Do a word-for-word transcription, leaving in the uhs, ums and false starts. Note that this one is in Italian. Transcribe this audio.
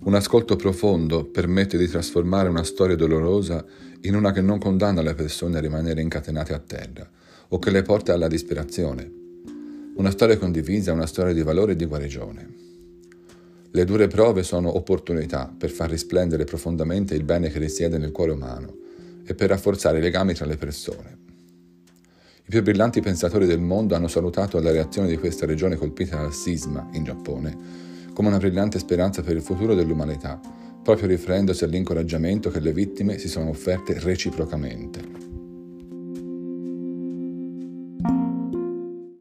Un ascolto profondo permette di trasformare una storia dolorosa in una che non condanna le persone a rimanere incatenate a terra o che le porta alla disperazione. Una storia condivisa è una storia di valore e di guarigione. Le dure prove sono opportunità per far risplendere profondamente il bene che risiede nel cuore umano e per rafforzare i legami tra le persone. I più brillanti pensatori del mondo hanno salutato la reazione di questa regione colpita dal sisma in Giappone come una brillante speranza per il futuro dell'umanità, proprio riferendosi all'incoraggiamento che le vittime si sono offerte reciprocamente.